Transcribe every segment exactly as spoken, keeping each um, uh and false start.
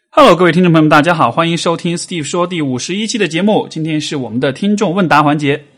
Hello， 各位听众朋友们，大家好，欢迎收听 Steve 说第五十一期的节目。今天是我们的听众问答环节。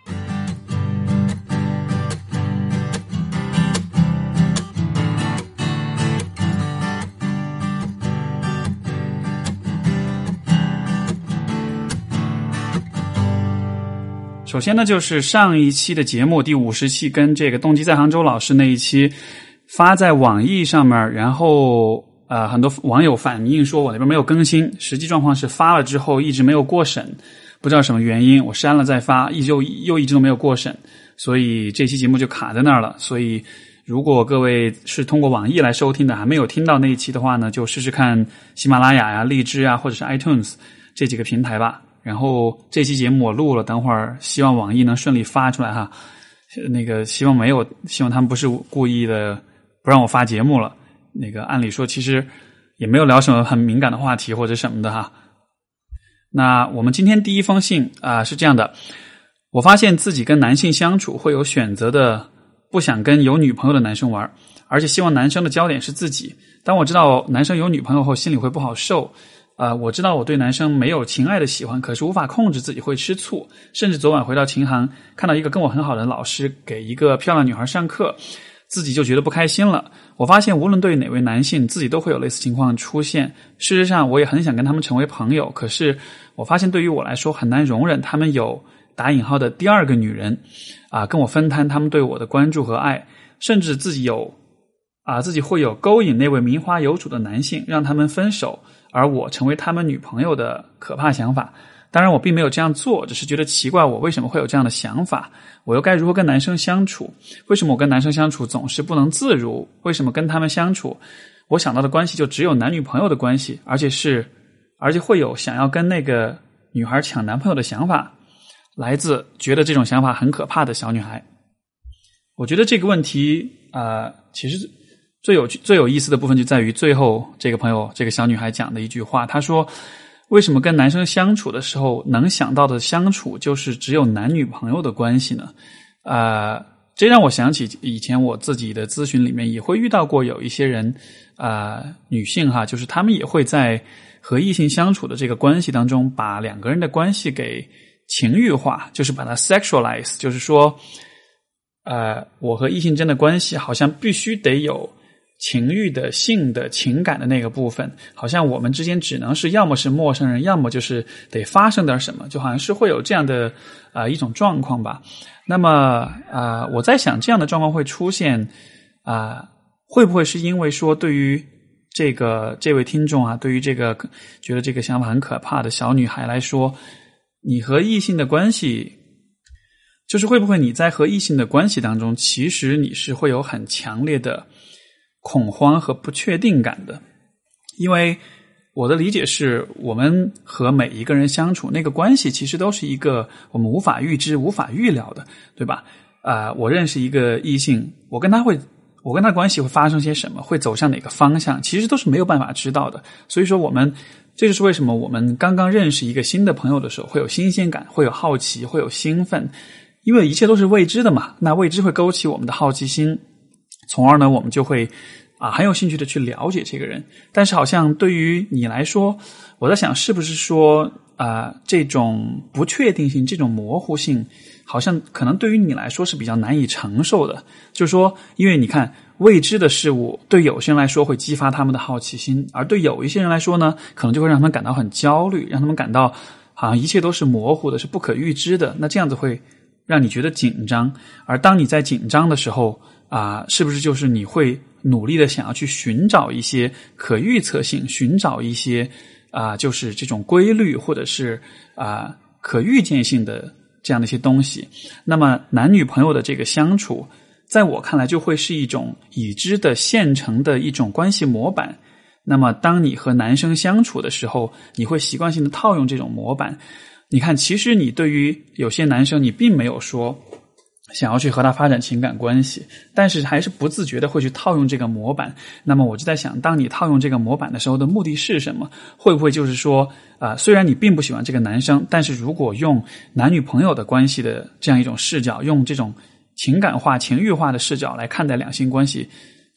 首先呢，就是上一期的节目第五十期跟这个动机在杭州老师那一期发在网易上面，然后呃，很多网友反映说我那边没有更新，实际状况是发了之后一直没有过审，不知道什么原因，我删了再发，一直又又一直都没有过审，所以这期节目就卡在那儿了。所以如果各位是通过网易来收听的，还没有听到那一期的话呢，就试试看喜马拉雅呀、荔枝啊，或者是 iTunes 这几个平台吧。然后这期节目我录了，等会儿希望网易能顺利发出来哈。那个希望没有，希望他们不是故意的不让我发节目了。那个按理说其实也没有聊什么很敏感的话题或者什么的哈。那我们今天第一封信啊、呃、是这样的，我发现自己跟男性相处会有选择的，不想跟有女朋友的男生玩，而且希望男生的焦点是自己。当我知道男生有女朋友后，心里会不好受。呃，我知道我对男生没有情爱的喜欢，可是无法控制自己会吃醋。甚至昨晚回到琴行，看到一个跟我很好的老师给一个漂亮女孩上课，自己就觉得不开心了。我发现无论对哪位男性，自己都会有类似情况出现。事实上我也很想跟他们成为朋友，可是我发现对于我来说很难容忍他们有打引号的第二个女人啊，跟我分摊他们对我的关注和爱，甚至自己有啊自己会有勾引那位名花有主的男性，让他们分手，而我成为他们女朋友的可怕想法。当然我并没有这样做，只是觉得奇怪，我为什么会有这样的想法？我又该如何跟男生相处？为什么我跟男生相处总是不能自如？为什么跟他们相处，我想到的关系就只有男女朋友的关系，而且是而且会有想要跟那个女孩抢男朋友的想法，来自觉得这种想法很可怕的小女孩。我觉得这个问题啊、呃，其实最有最有意思的部分就在于最后这个朋友这个小女孩讲的一句话，她说为什么跟男生相处的时候能想到的相处就是只有男女朋友的关系呢？呃，这让我想起以前我自己的咨询里面也会遇到过有一些人呃，女性哈，就是他们也会在和异性相处的这个关系当中把两个人的关系给情欲化，就是把它 sexualize， 就是说呃，我和异性间的关系好像必须得有情欲的性的情感的那个部分，好像我们之间只能是要么是陌生人，要么就是得发生点什么，就好像是会有这样的啊、呃、一种状况吧。那么啊、呃，我在想这样的状况会出现啊、呃，会不会是因为说对于这个这位听众啊，对于这个觉得这个想法很可怕的小女孩来说，你和异性的关系，就是会不会你在和异性的关系当中，其实你是会有很强烈的恐慌和不确定感的。因为我的理解是，我们和每一个人相处那个关系其实都是一个我们无法预知无法预料的，对吧？啊、呃，我认识一个异性，我跟他会我跟他的关系会发生些什么，会走向哪个方向，其实都是没有办法知道的。所以说我们这就是为什么我们刚刚认识一个新的朋友的时候会有新鲜感，会有好奇，会有兴奋，因为一切都是未知的嘛，那未知会勾起我们的好奇心，从而呢我们就会啊很有兴趣的去了解这个人。但是好像对于你来说，我在想是不是说啊这种不确定性，这种模糊性，好像可能对于你来说是比较难以承受的。就是说因为你看未知的事物对有些人来说会激发他们的好奇心，而对有一些人来说呢，可能就会让他们感到很焦虑，让他们感到好像一切都是模糊的，是不可预知的。那这样子会让你觉得紧张，而当你在紧张的时候啊、呃，是不是就是你会努力的想要去寻找一些可预测性，寻找一些啊、呃，就是这种规律，或者是啊、呃、可预见性的这样的一些东西。那么男女朋友的这个相处，在我看来就会是一种已知的现成的一种关系模板。那么当你和男生相处的时候，你会习惯性的套用这种模板。你看，其实你对于有些男生，你并没有说想要去和他发展情感关系，但是还是不自觉的会去套用这个模板。那么我就在想，当你套用这个模板的时候的目的是什么？会不会就是说啊、呃，虽然你并不喜欢这个男生，但是如果用男女朋友的关系的这样一种视角，用这种情感化情欲化的视角来看待两性关系，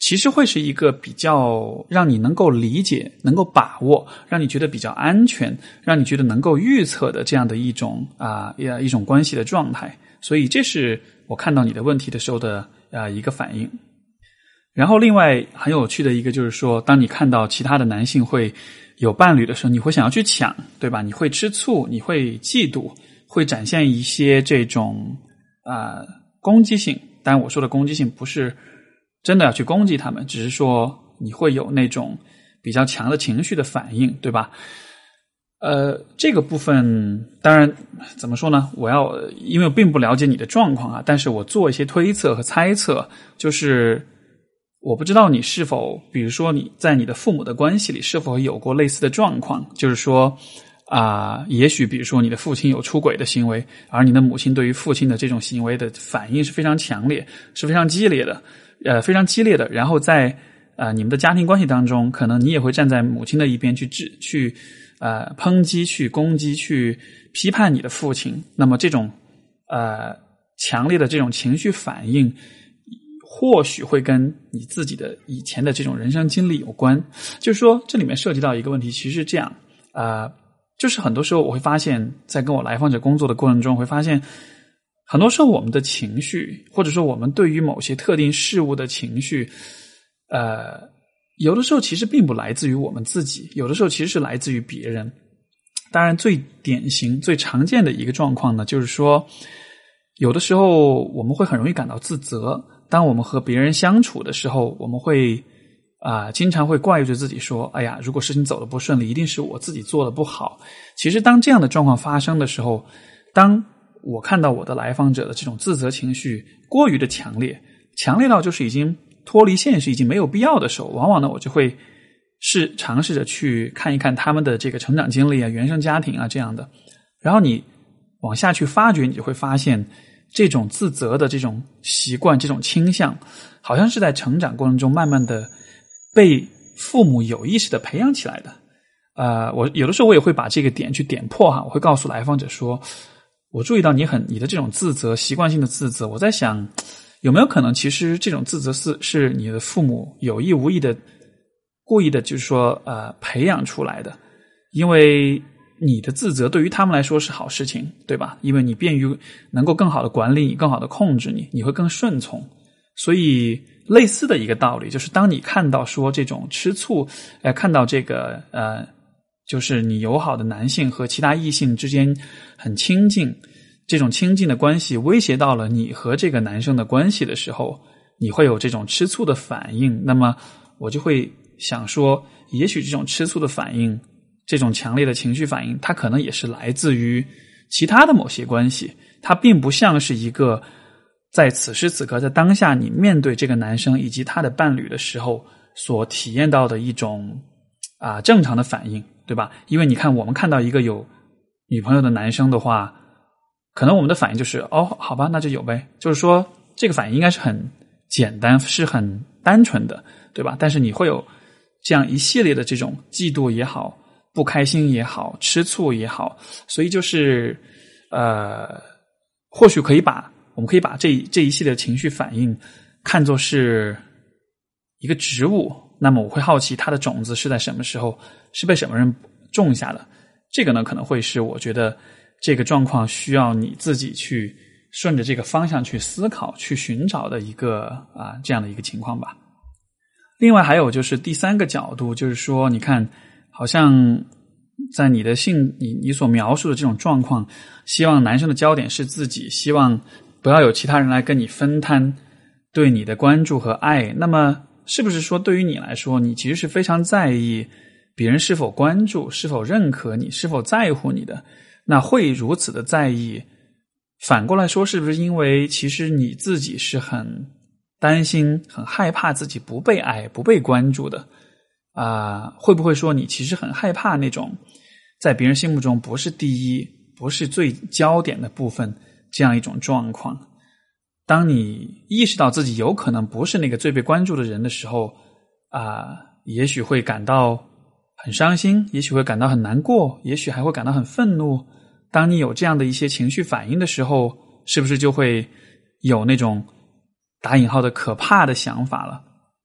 其实会是一个比较让你能够理解、能够把握、让你觉得比较安全、让你觉得能够预测的这样的一种啊、呃、一种关系的状态。所以这是我看到你的问题的时候的啊、呃、一个反应。然后另外很有趣的一个就是说，当你看到其他的男性会有伴侣的时候，你会想要去抢，对吧？你会吃醋，你会嫉妒，会展现一些这种啊、呃、攻击性。当然我说的攻击性不是真的要去攻击他们，只是说你会有那种比较强的情绪的反应，对吧？呃，这个部分当然怎么说呢？我要因为我并不了解你的状况啊，但是我做一些推测和猜测，就是我不知道你是否，比如说你在你的父母的关系里是否有过类似的状况，就是说啊、呃，也许比如说你的父亲有出轨的行为，而你的母亲对于父亲的这种行为的反应是非常强烈，是非常激烈的。呃，非常激烈的，然后在呃你们的家庭关系当中，可能你也会站在母亲的一边去指去呃抨击、去攻击、去批判你的父亲。那么这种呃强烈的这种情绪反应，或许会跟你自己的以前的这种人生经历有关。就是说，这里面涉及到一个问题，其实是这样啊、呃，就是很多时候我会发现，在跟我来访者工作的过程中，会发现。很多时候我们的情绪，或者说我们对于某些特定事物的情绪，呃，有的时候其实并不来自于我们自己，有的时候其实是来自于别人。当然最典型最常见的一个状况呢，就是说有的时候我们会很容易感到自责，当我们和别人相处的时候，我们会啊、呃，经常会怪罪自己说，哎呀，如果事情走得不顺利，一定是我自己做得不好。其实当这样的状况发生的时候，当我看到我的来访者的这种自责情绪过于的强烈，强烈到就是已经脱离现实，已经没有必要的时候，往往呢我就会是尝试着去看一看他们的这个成长经历啊、原生家庭啊这样的，然后你往下去发掘，你就会发现这种自责的这种习惯、这种倾向，好像是在成长过程中慢慢的被父母有意识的培养起来的。呃，我有的时候我也会把这个点去点破哈，我会告诉来访者说，我注意到你很你的这种自责，习惯性的自责，我在想有没有可能其实这种自责是是你的父母有意无意的故意的就是说呃培养出来的，因为你的自责对于他们来说是好事情，对吧？因为你便于能够更好的管理你，更好的控制你，你会更顺从。所以类似的一个道理就是当你看到说这种吃醋呃看到这个呃就是你友好的男性和其他异性之间很亲近，这种亲近的关系威胁到了你和这个男生的关系的时候，你会有这种吃醋的反应。那么我就会想说，也许这种吃醋的反应，这种强烈的情绪反应，它可能也是来自于其他的某些关系，它并不像是一个在此时此刻在当下你面对这个男生以及他的伴侣的时候所体验到的一种啊、呃、正常的反应，对吧？因为你看我们看到一个有女朋友的男生的话，可能我们的反应就是哦好吧那就有呗，就是说这个反应应该是很简单，是很单纯的，对吧？但是你会有这样一系列的这种嫉妒也好，不开心也好，吃醋也好，所以就是呃或许可以把我们可以把这这一系列的情绪反应看作是一个植物，那么我会好奇它的种子是在什么时候是被什么人种下的，这个呢可能会是我觉得这个状况需要你自己去顺着这个方向去思考去寻找的一个啊这样的一个情况吧。另外还有就是第三个角度，就是说你看好像在你的性你你所描述的这种状况，希望男生的焦点是自己，希望不要有其他人来跟你分摊对你的关注和爱，那么是不是说对于你来说，你其实是非常在意别人是否关注，是否认可你，是否在乎你的？那会如此的在意，反过来说是不是因为其实你自己是很担心很害怕自己不被爱不被关注的啊、呃？会不会说你其实很害怕那种在别人心目中不是第一不是最焦点的部分这样一种状况？当你意识到自己有可能不是那个最被关注的人的时候啊、呃，也许会感到很伤心，也许会感到很难过，也许还会感到很愤怒。当你有这样的一些情绪反应的时候，是不是就会有那种打引号的可怕的想法了？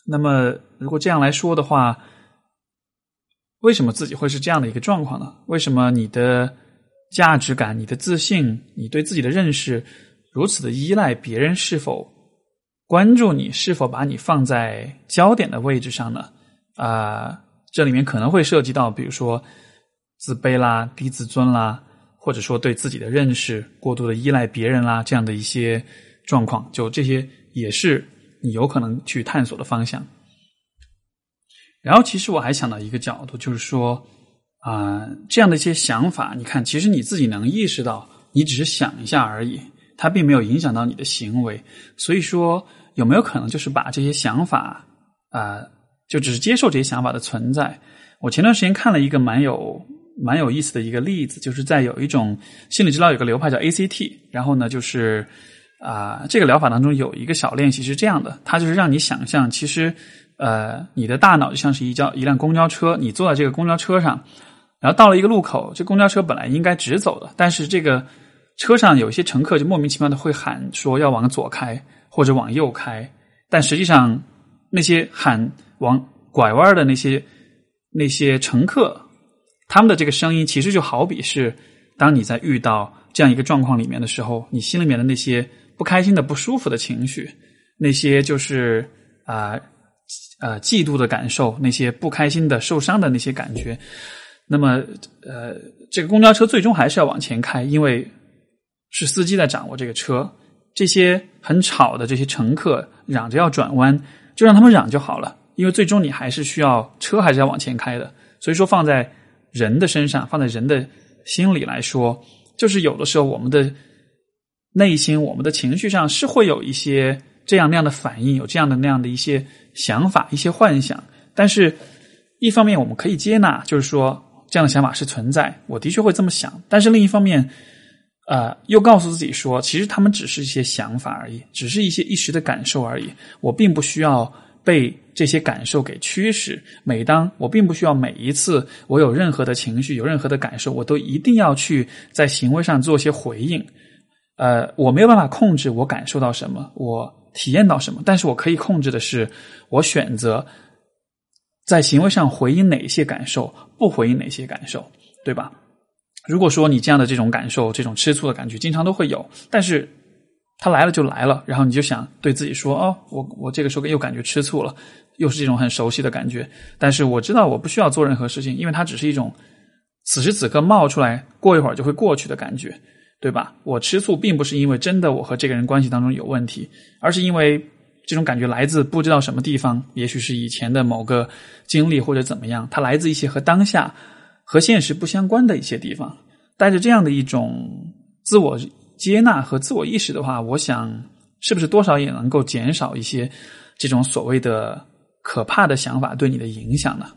那么如果这样来说的话，为什么自己会是这样的一个状况呢？为什么你的价值感、你的自信、你对自己的认识如此的依赖别人是否关注你，是否把你放在焦点的位置上呢？啊、呃，这里面可能会涉及到比如说自卑啦、低自尊啦，或者说对自己的认识过度的依赖别人啦，这样的一些状况，就这些也是你有可能去探索的方向。然后其实我还想到一个角度，就是说啊、呃，这样的一些想法，你看其实你自己能意识到，你只是想一下而已，它并没有影响到你的行为。所以说有没有可能就是把这些想法啊、呃，就只是接受这些想法的存在。我前段时间看了一个蛮有蛮有意思的一个例子，就是在有一种心理治疗有个流派叫 A C T， 然后呢就是啊、呃，这个疗法当中有一个小练习是这样的，它就是让你想象其实呃，你的大脑就像是一交一辆公交车，你坐在这个公交车上，然后到了一个路口，这公交车本来应该直走的，但是这个车上有一些乘客就莫名其妙的会喊说要往左开或者往右开，但实际上那些喊往拐弯的那些那些乘客，他们的这个声音其实就好比是当你在遇到这样一个状况里面的时候，你心里面的那些不开心的不舒服的情绪，那些就是啊呃呃，嫉妒的感受，那些不开心的、受伤的那些感觉，那么，呃，这个公交车最终还是要往前开，因为是司机在掌握这个车。这些很吵的这些乘客嚷着要转弯，就让他们嚷就好了，因为最终你还是需要车，还是要往前开的。所以说，放在人的身上，放在人的心里来说，就是有的时候我们的内心、我们的情绪上是会有一些这样那样的反应，有这样的那样的一些想法、一些幻想，但是一方面我们可以接纳，就是说这样的想法是存在，我的确会这么想，但是另一方面呃，又告诉自己说其实他们只是一些想法而已，只是一些一时的感受而已，我并不需要被这些感受给驱使，每当我并不需要每一次我有任何的情绪、有任何的感受，我都一定要去在行为上做些回应。呃，我没有办法控制我感受到什么，我体验到什么，但是我可以控制的是我选择在行为上回应哪些感受，不回应哪些感受，对吧？如果说你这样的这种感受，这种吃醋的感觉经常都会有，但是它来了就来了，然后你就想对自己说，哦，我我这个时候又感觉吃醋了，又是这种很熟悉的感觉，但是我知道我不需要做任何事情，因为它只是一种此时此刻冒出来，过一会儿就会过去的感觉，对吧？我吃醋并不是因为真的我和这个人关系当中有问题，而是因为这种感觉来自不知道什么地方，也许是以前的某个经历或者怎么样，它来自一些和当下和现实不相关的一些地方。带着这样的一种自我接纳和自我意识的话，我想是不是多少也能够减少一些这种所谓的可怕的想法对你的影响呢？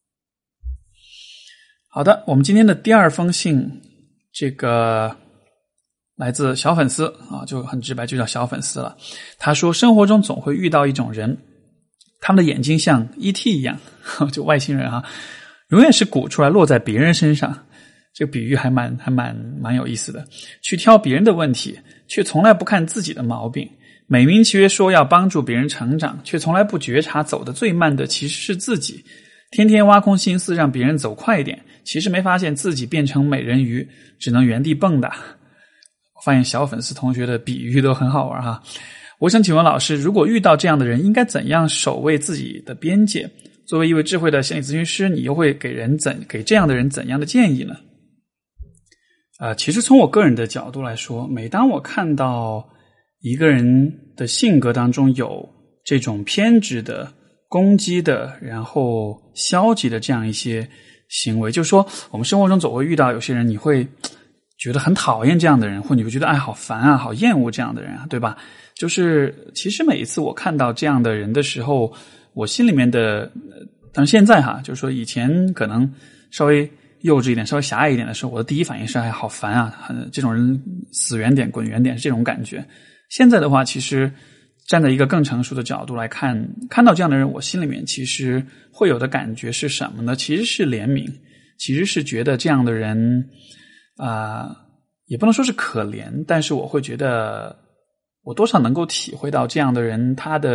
好的，我们今天的第二封信，这个来自小粉丝啊，就很直白，就叫小粉丝了。他说，生活中总会遇到一种人，他们的眼睛像 E T 一样，就外星人啊，永远是鼓出来落在别人身上。这个比喻还蛮还蛮蛮有意思的，去挑别人的问题，却从来不看自己的毛病，美名其曰说要帮助别人成长，却从来不觉察走得最慢的其实是自己，天天挖空心思让别人走快一点，其实没发现自己变成美人鱼，只能原地蹦跶。我发现小粉丝同学的比喻都很好玩哈。我想请问老师，如果遇到这样的人，应该怎样守卫自己的边界？作为一位智慧的心理咨询师，你又会给人怎给这样的人怎样的建议呢？呃，其实从我个人的角度来说，每当我看到一个人的性格当中有这种偏执的、攻击的，然后消极的这样一些行为，就是说我们生活中总会遇到有些人，你会觉得很讨厌这样的人，或你会觉得哎好烦啊，好厌恶这样的人啊，对吧？就是其实每一次我看到这样的人的时候，我心里面的，当然现在哈，就是说以前可能稍微幼稚一点，稍微狭隘一点的时候，我的第一反应是哎好烦啊，这种人死远点滚远点，是这种感觉。现在的话，其实站在一个更成熟的角度来看，看到这样的人，我心里面其实会有的感觉是什么呢？其实是怜悯，其实是觉得这样的人啊、呃，也不能说是可怜，但是我会觉得我多少能够体会到这样的人他的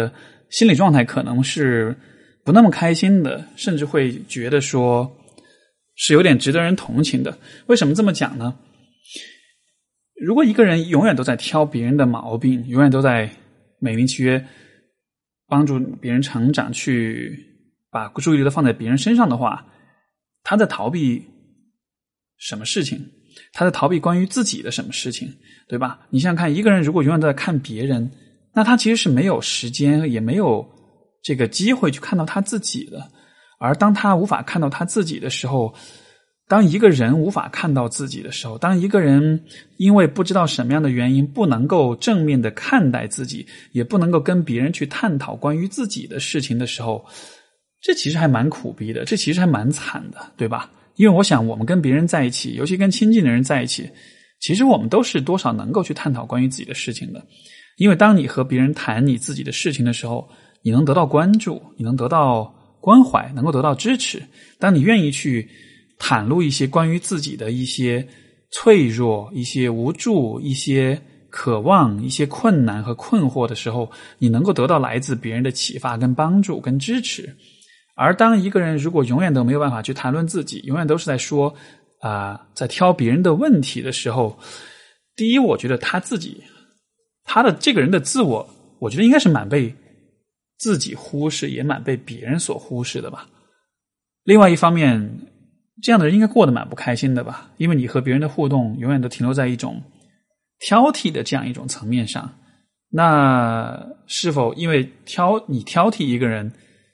心理状态可能是不那么开心的，甚至会觉得说是有点值得人同情的。为什么这么讲呢？如果一个人永远都在挑别人的毛病，永远都在美名其曰帮助别人成长，去把注意力都放在别人身上的话，他在逃避什么事情？他在逃避关于自己的什么事情，对吧？你想想看，一个人如果永远都在看别人，那他其实是没有时间，也没有这个机会去看到他自己的。而当他无法看到他自己的时候，当一个人无法看到自己的时候，当一个人因为不知道什么样的原因不能够正面的看待自己，也不能够跟别人去探讨关于自己的事情的时候，这其实还蛮苦逼的，这其实还蛮惨的，对吧？因为我想我们跟别人在一起，尤其跟亲近的人在一起，其实我们都是多少能够去探讨关于自己的事情的。因为当你和别人谈你自己的事情的时候，你能得到关注，你能得到关怀，能够得到支持。当你愿意去袒露一些关于自己的一些脆弱、一些无助、一些渴望、一些困难和困惑的时候，你能够得到来自别人的启发跟帮助跟支持。而当一个人如果永远都没有办法去谈论自己，永远都是在说啊、呃，在挑别人的问题的时候，第一，我觉得他自己他的这个人的自我，我觉得应该是蛮被自己忽视，也蛮被别人所忽视的吧。另外一方面，这样的人应该过得蛮不开心的吧，因为你和别人的互动永远都停留在一种挑剔的这样一种层面上。那是否因为挑你挑剔一个人，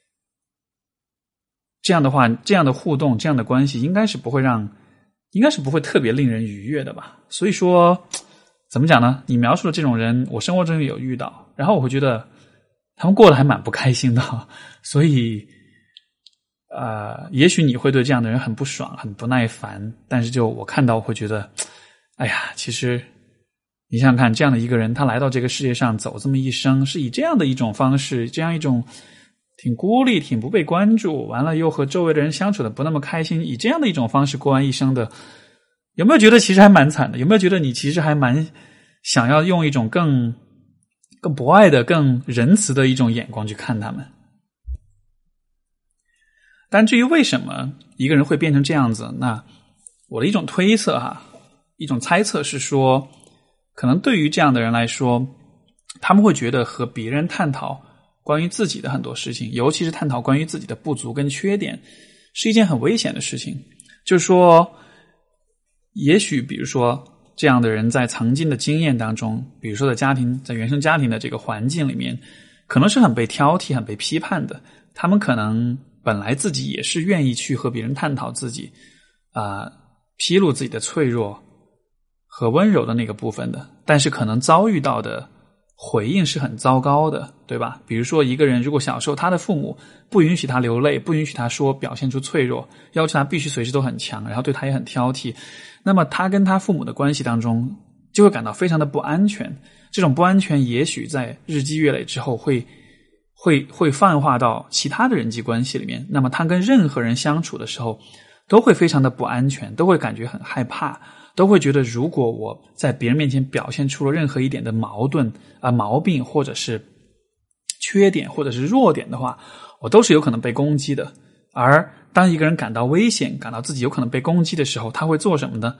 这样的话，这样的互动，这样的关系应该是不会让应该是不会特别令人愉悦的吧。所以说怎么讲呢，你描述的这种人我生活中有遇到，然后我会觉得他们过得还蛮不开心的。所以呃，也许你会对这样的人很不爽很不耐烦，但是就我看到我会觉得哎呀，其实你想想看，这样的一个人他来到这个世界上走这么一生，是以这样的一种方式，这样一种挺孤立挺不被关注，完了又和周围的人相处的不那么开心，以这样的一种方式过完一生的，有没有觉得其实还蛮惨的？有没有觉得你其实还蛮想要用一种更更博爱的更仁慈的一种眼光去看他们？但至于为什么一个人会变成这样子，那我的一种推测哈，一种猜测是说，可能对于这样的人来说，他们会觉得和别人探讨关于自己的很多事情，尤其是探讨关于自己的不足跟缺点，是一件很危险的事情。就是说，也许比如说这样的人在曾经的经验当中，比如说在家庭在原生家庭的这个环境里面，可能是很被挑剔很被批判的，他们可能本来自己也是愿意去和别人探讨自己啊、呃，披露自己的脆弱和温柔的那个部分的，但是可能遭遇到的回应是很糟糕的，对吧？比如说一个人如果小时候他的父母不允许他流泪，不允许他说表现出脆弱，要求他必须随时都很强，然后对他也很挑剔，那么他跟他父母的关系当中就会感到非常的不安全。这种不安全也许在日积月累之后会会会泛化到其他的人际关系里面，那么他跟任何人相处的时候都会非常的不安全，都会感觉很害怕，都会觉得如果我在别人面前表现出了任何一点的矛盾啊、毛病或者是缺点或者是弱点的话，我都是有可能被攻击的。而当一个人感到危险，感到自己有可能被攻击的时候，他会做什么呢？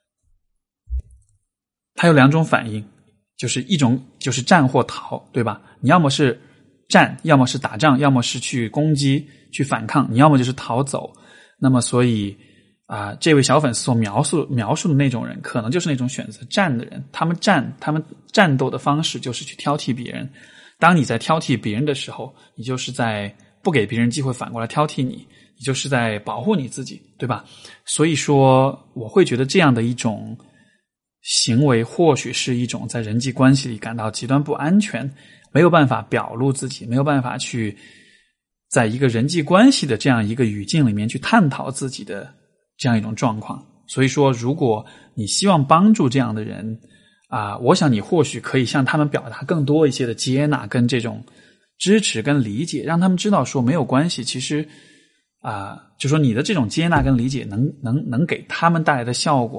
他有两种反应，就是一种就是战或逃，对吧？你要么是战，要么是打仗，要么是去攻击去反抗，你要么就是逃走。那么所以啊、呃，这位小粉丝所描述描述的那种人，可能就是那种选择战的人。他们战，他们战斗的方式就是去挑剔别人。当你在挑剔别人的时候，你就是在不给别人机会反过来挑剔你，你就是在保护你自己，对吧？所以说，我会觉得这样的一种行为，或许是一种在人际关系里感到极端不安全，没有办法表露自己，没有办法去在一个人际关系的这样一个语境里面去探讨自己的这样一种状况。所以说，如果你希望帮助这样的人啊、呃，我想你或许可以向他们表达更多一些的接纳跟这种支持跟理解，让他们知道说没有关系，其实啊、呃，就说你的这种接纳跟理解能能能给他们带来的效果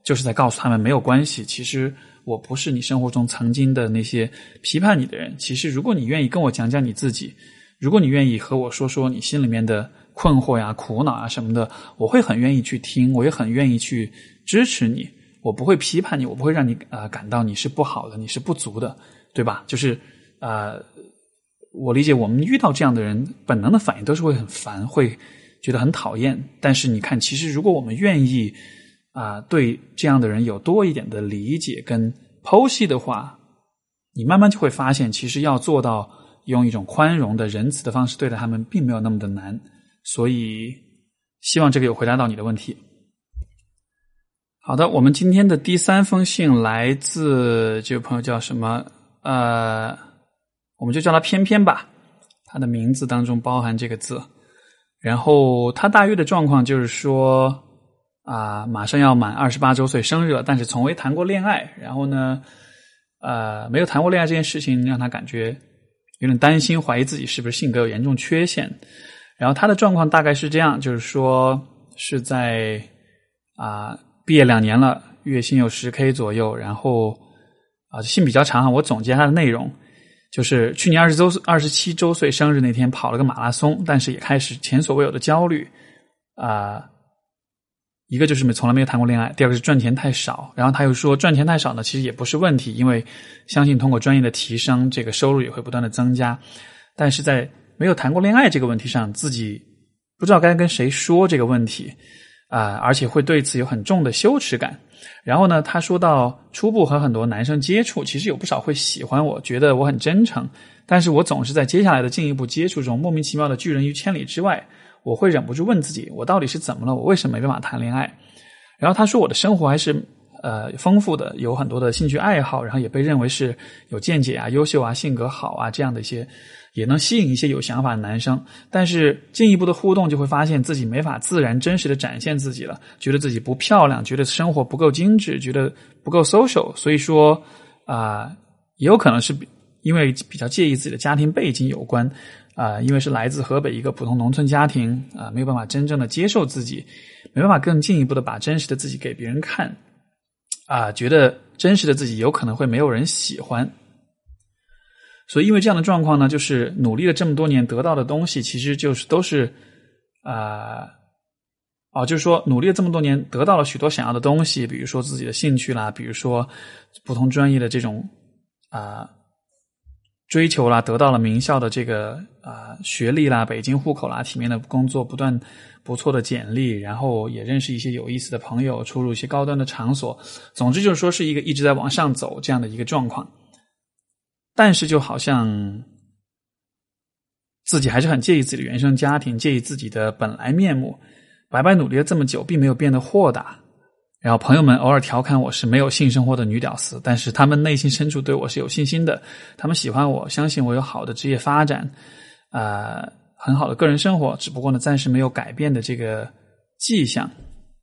就是在告诉他们没有关系，其实我不是你生活中曾经的那些批判你的人，其实如果你愿意跟我讲讲你自己，如果你愿意和我说说你心里面的困惑呀、苦恼啊什么的，我会很愿意去听，我也很愿意去支持你，我不会批判你，我不会让你呃感到你是不好的，你是不足的，对吧？就是呃我理解我们遇到这样的人本能的反应都是会很烦，会觉得很讨厌，但是你看其实如果我们愿意啊、呃，对这样的人有多一点的理解跟剖析的话，你慢慢就会发现其实要做到用一种宽容的仁慈的方式对待他们并没有那么的难，所以希望这个有回答到你的问题。好的，我们今天的第三封信来自这位朋友叫什么呃，我们就叫他偏偏吧，他的名字当中包含这个字，然后他大约的状况就是说啊、呃，马上要满二十八周岁生日了，但是从未谈过恋爱，然后呢呃，没有谈过恋爱这件事情让他感觉有点担心，怀疑自己是不是性格有严重缺陷。然后他的状况大概是这样，就是说是在啊、呃、毕业两年了，月薪有 十K 左右，然后啊、呃、信比较长，我总结他的内容，就是去年二十周二十七周岁生日那天跑了个马拉松，但是也开始前所未有的焦虑啊、呃，一个就是从来没有谈过恋爱，第二个是赚钱太少，然后他又说赚钱太少呢其实也不是问题，因为相信通过专业的提升这个收入也会不断的增加，但是在没有谈过恋爱这个问题上自己不知道该跟谁说这个问题啊、呃，而且会对此有很重的羞耻感。然后呢他说到初步和很多男生接触，其实有不少会喜欢我，觉得我很真诚，但是我总是在接下来的进一步接触中莫名其妙的拒人于千里之外，我会忍不住问自己我到底是怎么了，我为什么没办法谈恋爱。然后他说我的生活还是呃丰富的，有很多的兴趣爱好，然后也被认为是有见解啊、优秀啊、性格好啊，这样的一些也能吸引一些有想法的男生，但是进一步的互动就会发现自己没法自然真实的展现自己了，觉得自己不漂亮，觉得生活不够精致，觉得不够 social， 所以说啊、呃，也有可能是因为比较介意自己的家庭背景有关啊、呃，因为是来自河北一个普通农村家庭啊、呃，没有办法真正的接受自己，没办法更进一步的把真实的自己给别人看啊、呃，觉得真实的自己有可能会没有人喜欢。所以因为这样的状况呢，就是努力了这么多年得到的东西其实就是都是啊、呃、哦，就是说努力了这么多年得到了许多想要的东西，比如说自己的兴趣啦，比如说不同专业的这种啊、呃、追求啦，得到了名校的这个啊、呃、学历啦，北京户口啦，体面的工作，不断不错的简历，然后也认识一些有意思的朋友，出入一些高端的场所，总之就是说是一个一直在往上走这样的一个状况。但是就好像自己还是很介意自己的原生家庭，介意自己的本来面目，白白努力了这么久并没有变得豁达。然后朋友们偶尔调侃我是没有性生活的女屌丝，但是他们内心深处对我是有信心的，他们喜欢我，相信我有好的职业发展呃，很好的个人生活，只不过呢暂时没有改变的这个迹象。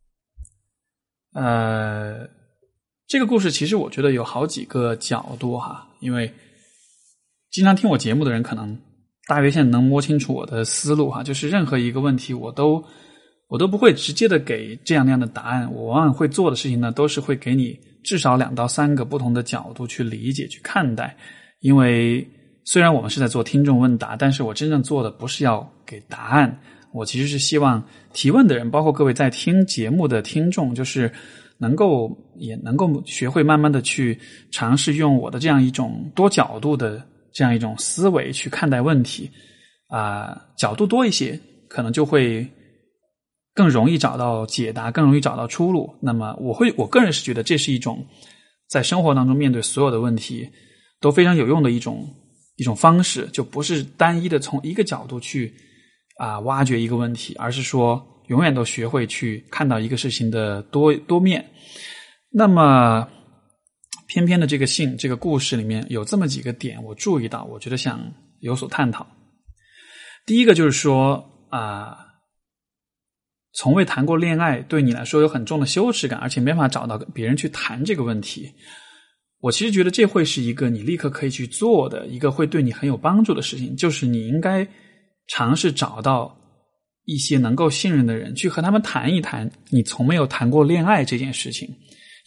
呃，这个故事其实我觉得有好几个角度哈，因为经常听我节目的人可能大约现在能摸清楚我的思路哈，就是任何一个问题我都我都不会直接的给这样那样的答案，我往往会做的事情呢都是会给你至少两到三个不同的角度去理解去看待。因为虽然我们是在做听众问答，但是我真正做的不是要给答案，我其实是希望提问的人，包括各位在听节目的听众，就是能够也能够学会慢慢的去尝试用我的这样一种多角度的这样一种思维去看待问题啊、呃，角度多一些可能就会更容易找到解答，更容易找到出路。那么我会我个人是觉得这是一种在生活当中面对所有的问题都非常有用的一种一种方式，就不是单一的从一个角度去啊、呃、挖掘一个问题，而是说永远都学会去看到一个事情的多多面。那么偏偏的这个信这个故事里面有这么几个点我注意到，我觉得想有所探讨。第一个就是说啊、呃，从未谈过恋爱对你来说有很重的羞耻感，而且没法找到别人去谈这个问题。我其实觉得这会是一个你立刻可以去做的一个会对你很有帮助的事情，就是你应该尝试找到一些能够信任的人去和他们谈一谈你从没有谈过恋爱这件事情。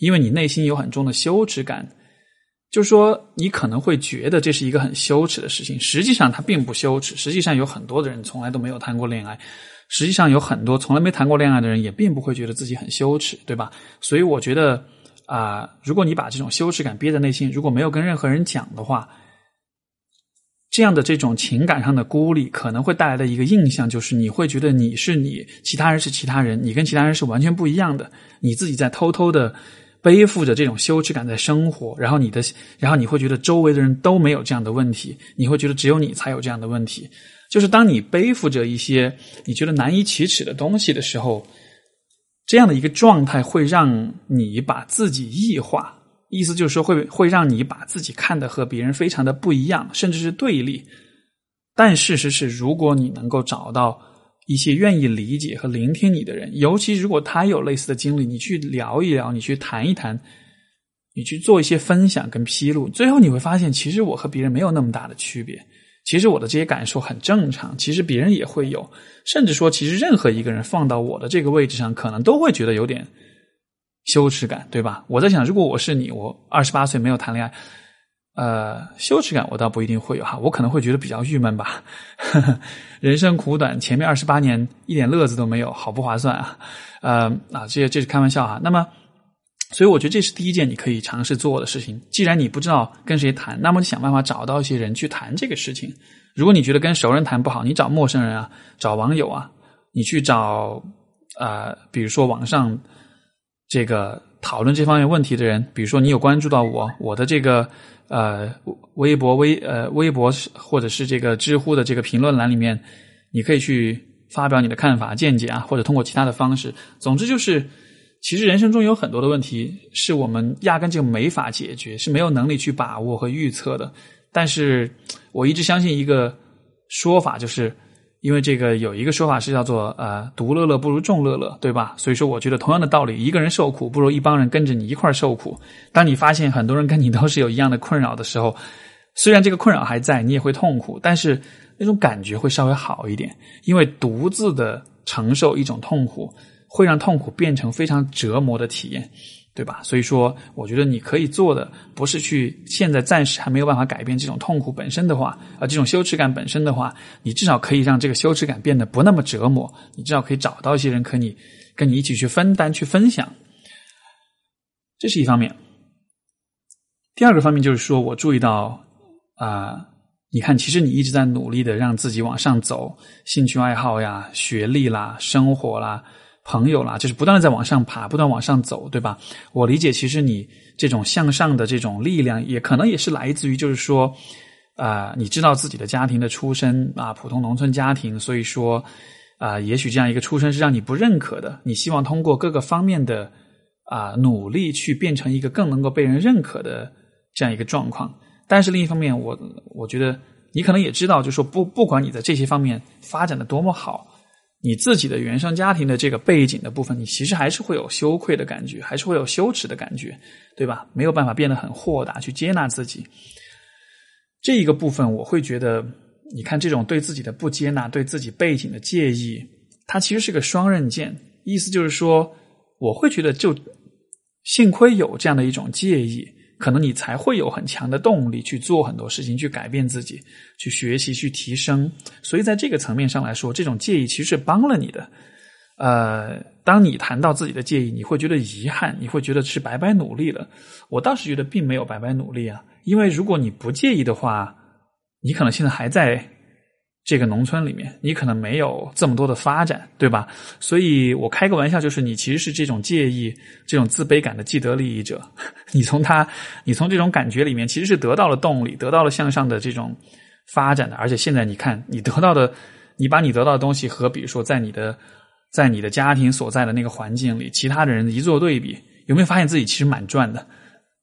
因为你内心有很重的羞耻感。就是说你可能会觉得这是一个很羞耻的事情，实际上它并不羞耻，实际上有很多的人从来都没有谈过恋爱，实际上有很多从来没谈过恋爱的人也并不会觉得自己很羞耻，对吧？所以我觉得啊、呃，如果你把这种羞耻感憋在内心，如果没有跟任何人讲的话，这样的这种情感上的孤立可能会带来的一个印象就是你会觉得你是你，其他人是其他人，你跟其他人是完全不一样的，你自己在偷偷的背负着这种羞耻感在生活，然后你的，然后你会觉得周围的人都没有这样的问题，你会觉得只有你才有这样的问题。就是当你背负着一些你觉得难以启齿的东西的时候，这样的一个状态会让你把自己异化，意思就是说会会让你把自己看得和别人非常的不一样，甚至是对立。但事实是，如果你能够找到一些愿意理解和聆听你的人，尤其如果他有类似的经历，你去聊一聊，你去谈一谈，你去做一些分享跟披露，最后你会发现其实我和别人没有那么大的区别，其实我的这些感受很正常，其实别人也会有，甚至说其实任何一个人放到我的这个位置上可能都会觉得有点羞耻感，对吧？我在想如果我是你，我二十八岁没有谈恋爱，呃，羞耻感我倒不一定会有哈，我可能会觉得比较郁闷吧。人生苦短，前面二十八年一点乐子都没有，好不划算啊！呃啊，这这是开玩笑哈。那么，所以我觉得这是第一件你可以尝试做的事情。既然你不知道跟谁谈，那么就想办法找到一些人去谈这个事情。如果你觉得跟熟人谈不好，你找陌生人啊，找网友啊，你去找呃，比如说网上这个讨论这方面问题的人，比如说你有关注到我，我的这个呃微博微呃微博或者是这个知乎的这个评论栏里面，你可以去发表你的看法见解啊，或者通过其他的方式。总之就是其实人生中有很多的问题是我们压根就没法解决，是没有能力去把握和预测的。但是我一直相信一个说法，就是因为这个有一个说法是叫做呃独乐乐不如众乐乐，对吧？所以说我觉得同样的道理，一个人受苦不如一帮人跟着你一块受苦。当你发现很多人跟你都是有一样的困扰的时候，虽然这个困扰还在，你也会痛苦，但是那种感觉会稍微好一点，因为独自的承受一种痛苦会让痛苦变成非常折磨的体验，对吧？所以说我觉得你可以做的不是去现在暂时还没有办法改变这种痛苦本身的话，呃，这种羞耻感本身的话，你至少可以让这个羞耻感变得不那么折磨，你至少可以找到一些人可以跟你一起去分担去分享，这是一方面。第二个方面就是说我注意到啊、呃，你看其实你一直在努力的让自己往上走，兴趣爱好呀，学历啦，生活啦，朋友啦，就是不断的在往上爬，不断往上走，对吧？我理解其实你这种向上的这种力量也可能也是来自于就是说啊、呃，你知道自己的家庭的出身啊，普通农村家庭，所以说啊、呃，也许这样一个出身是让你不认可的，你希望通过各个方面的啊、呃、努力去变成一个更能够被人认可的这样一个状况。但是另一方面我我觉得你可能也知道，就是说不不管你在这些方面发展的多么好，你自己的原生家庭的这个背景的部分，你其实还是会有羞愧的感觉，还是会有羞耻的感觉，对吧？没有办法变得很豁达去接纳自己。这一个部分我会觉得，你看这种对自己的不接纳，对自己背景的介意，它其实是个双刃剑。意思就是说，我会觉得就幸亏有这样的一种介意，可能你才会有很强的动力去做很多事情，去改变自己，去学习，去提升。所以在这个层面上来说，这种介意其实是帮了你的。呃，当你谈到自己的介意，你会觉得遗憾，你会觉得是白白努力了。我倒是觉得并没有白白努力啊，因为如果你不介意的话，你可能现在还在这个农村里面，你可能没有这么多的发展，对吧？所以我开个玩笑，就是你其实是这种介意、这种自卑感的既得利益者。你从他，你从这种感觉里面其实是得到了动力，得到了向上的这种发展的。而且现在你看，你得到的，你把你得到的东西和比如说在你的在你的家庭所在的那个环境里，其他的人一做对比，有没有发现自己其实蛮赚的？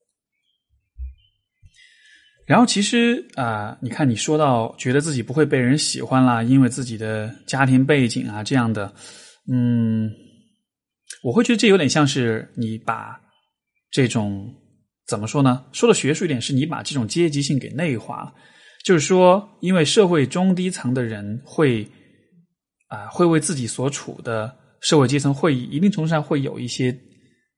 然后其实啊、呃，你看你说到觉得自己不会被人喜欢啦，因为自己的家庭背景啊这样的，嗯，我会觉得这有点像是你把这种怎么说呢？说的学术一点，是你把这种阶级性给内化了。就是说，因为社会中低层的人会啊、呃，会为自己所处的社会阶层会一定程度上会有一些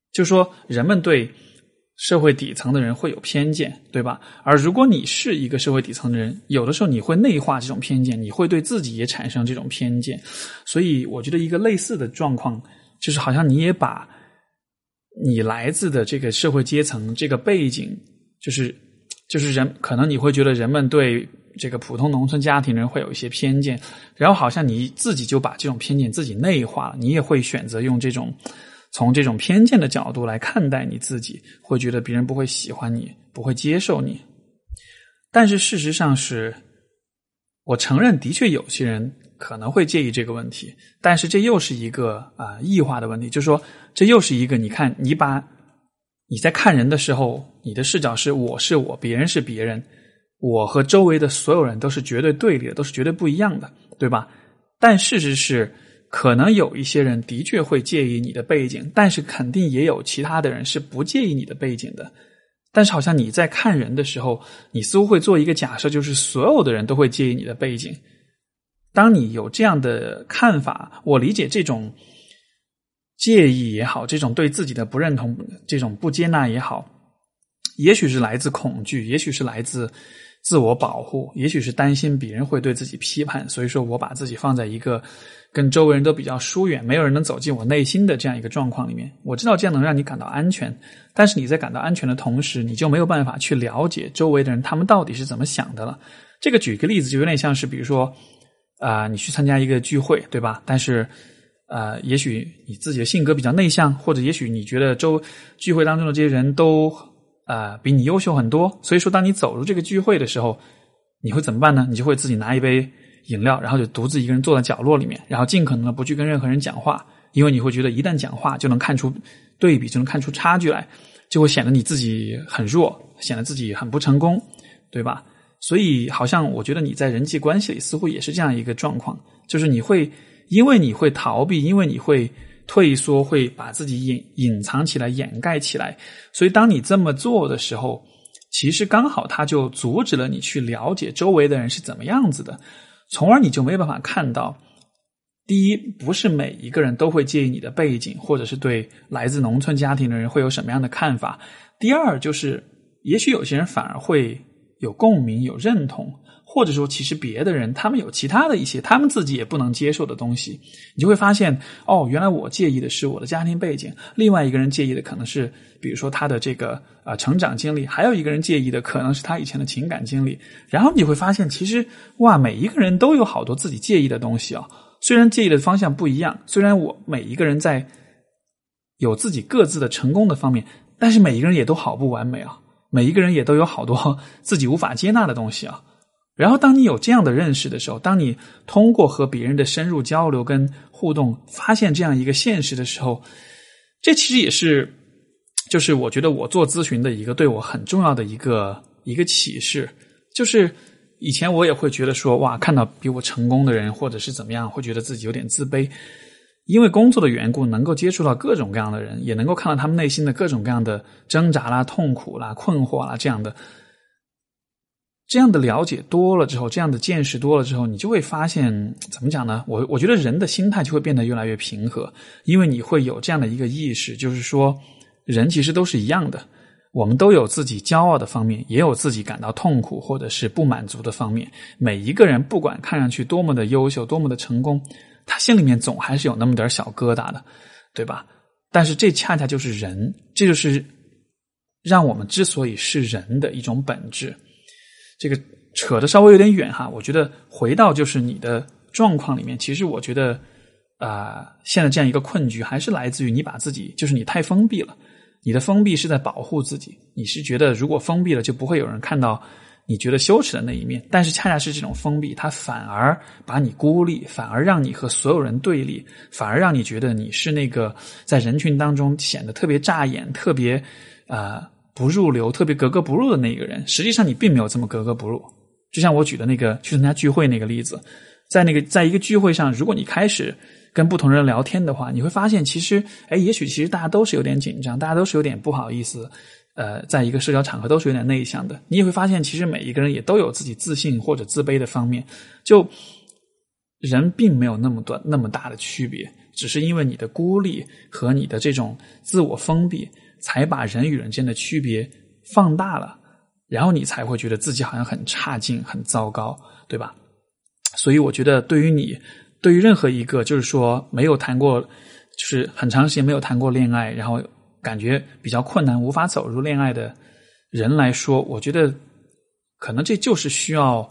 就说人们对社会底层的人会有偏见，对吧？而如果你是一个社会底层的人，有的时候你会内化这种偏见，你会对自己也产生这种偏见。所以我觉得一个类似的状况，就是好像你也把你来自的这个社会阶层这个背景，就是就是人可能你会觉得人们对这个普通农村家庭人会有一些偏见，然后好像你自己就把这种偏见自己内化了，你也会选择用这种从这种偏见的角度来看待你自己，会觉得别人不会喜欢你，不会接受你。但是事实上是，我承认的确有些人可能会介意这个问题，但是这又是一个啊、呃、异化的问题，就是说这又是一个你看你把你在看人的时候，你的视角是我是我，别人是别人，我和周围的所有人都是绝对对立的，都是绝对不一样的，对吧？但事实是可能有一些人的确会介意你的背景，但是肯定也有其他的人是不介意你的背景的。但是好像你在看人的时候，你似乎会做一个假设，就是所有的人都会介意你的背景。当你有这样的看法，我理解这种介意也好，这种对自己的不认同，这种不接纳也好，也许是来自恐惧，也许是来自自我保护，也许是担心别人会对自己批判，所以说我把自己放在一个跟周围人都比较疏远，没有人能走进我内心的这样一个状况里面。我知道这样能让你感到安全，但是你在感到安全的同时，你就没有办法去了解周围的人他们到底是怎么想的了。这个举个例子就有点像是比如说啊、呃，你去参加一个聚会，对吧？但是呃，也许你自己的性格比较内向，或者也许你觉得周聚会当中的这些人都呃比你优秀很多，所以说当你走入这个聚会的时候，你会怎么办呢？你就会自己拿一杯饮料，然后就独自一个人坐在角落里面，然后尽可能的不去跟任何人讲话，因为你会觉得一旦讲话就能看出对比，就能看出差距来，就会显得你自己很弱，显得自己很不成功，对吧？所以好像我觉得你在人际关系里似乎也是这样一个状况，就是你会因为你会逃避，因为你会退缩，会把自己隐隐藏起来，掩盖起来，所以当你这么做的时候，其实刚好它就阻止了你去了解周围的人是怎么样子的，从而你就没办法看到，第一，不是每一个人都会介意你的背景，或者是对来自农村家庭的人会有什么样的看法。第二，就是也许有些人反而会有共鸣，有认同，或者说其实别的人他们有其他的一些他们自己也不能接受的东西，你就会发现哦，原来我介意的是我的家庭背景，另外一个人介意的可能是比如说他的这个呃成长经历，还有一个人介意的可能是他以前的情感经历，然后你会发现其实哇，每一个人都有好多自己介意的东西啊、哦，虽然介意的方向不一样，虽然我每一个人在有自己各自的成功的方面，但是每一个人也都好不完美啊，每一个人也都有好多自己无法接纳的东西啊。然后当你有这样的认识的时候，当你通过和别人的深入交流跟互动发现这样一个现实的时候，这其实也是就是我觉得我做咨询的一个对我很重要的一个一个启示，就是以前我也会觉得说哇，看到比我成功的人或者是怎么样，会觉得自己有点自卑，因为工作的缘故能够接触到各种各样的人，也能够看到他们内心的各种各样的挣扎啦、痛苦啦、困惑啦，这样的这样的了解多了之后，这样的见识多了之后，你就会发现怎么讲呢，我我觉得人的心态就会变得越来越平和，因为你会有这样的一个意识，就是说人其实都是一样的，我们都有自己骄傲的方面，也有自己感到痛苦或者是不满足的方面，每一个人不管看上去多么的优秀多么的成功，他心里面总还是有那么点小疙瘩的，对吧？但是这恰恰就是人，这就是让我们之所以是人的一种本质。这个扯得稍微有点远哈，我觉得回到就是你的状况里面，其实我觉得啊、呃，现在这样一个困局还是来自于你把自己，就是你太封闭了，你的封闭是在保护自己，你是觉得如果封闭了就不会有人看到你觉得羞耻的那一面，但是恰恰是这种封闭，它反而把你孤立，反而让你和所有人对立，反而让你觉得你是那个在人群当中显得特别扎眼，特别呃不入流，特别格格不入的那个人，实际上你并没有这么格格不入。就像我举的那个去参加聚会那个例子，在那个在一个聚会上，如果你开始跟不同人聊天的话，你会发现其实哎，也许其实大家都是有点紧张，大家都是有点不好意思，呃，在一个社交场合都是有点内向的，你也会发现其实每一个人也都有自己自信或者自卑的方面，就人并没有那么多那么大的区别， 只是因为你的孤立和你的这种自我封闭，才把人与人之间的区别放大了，然后你才会觉得自己好像很差劲很糟糕，对吧？所以我觉得对于你对于任何一个就是说没有谈过就是很长时间没有谈过恋爱，然后感觉比较困难无法走入恋爱的人来说，我觉得可能这就是需要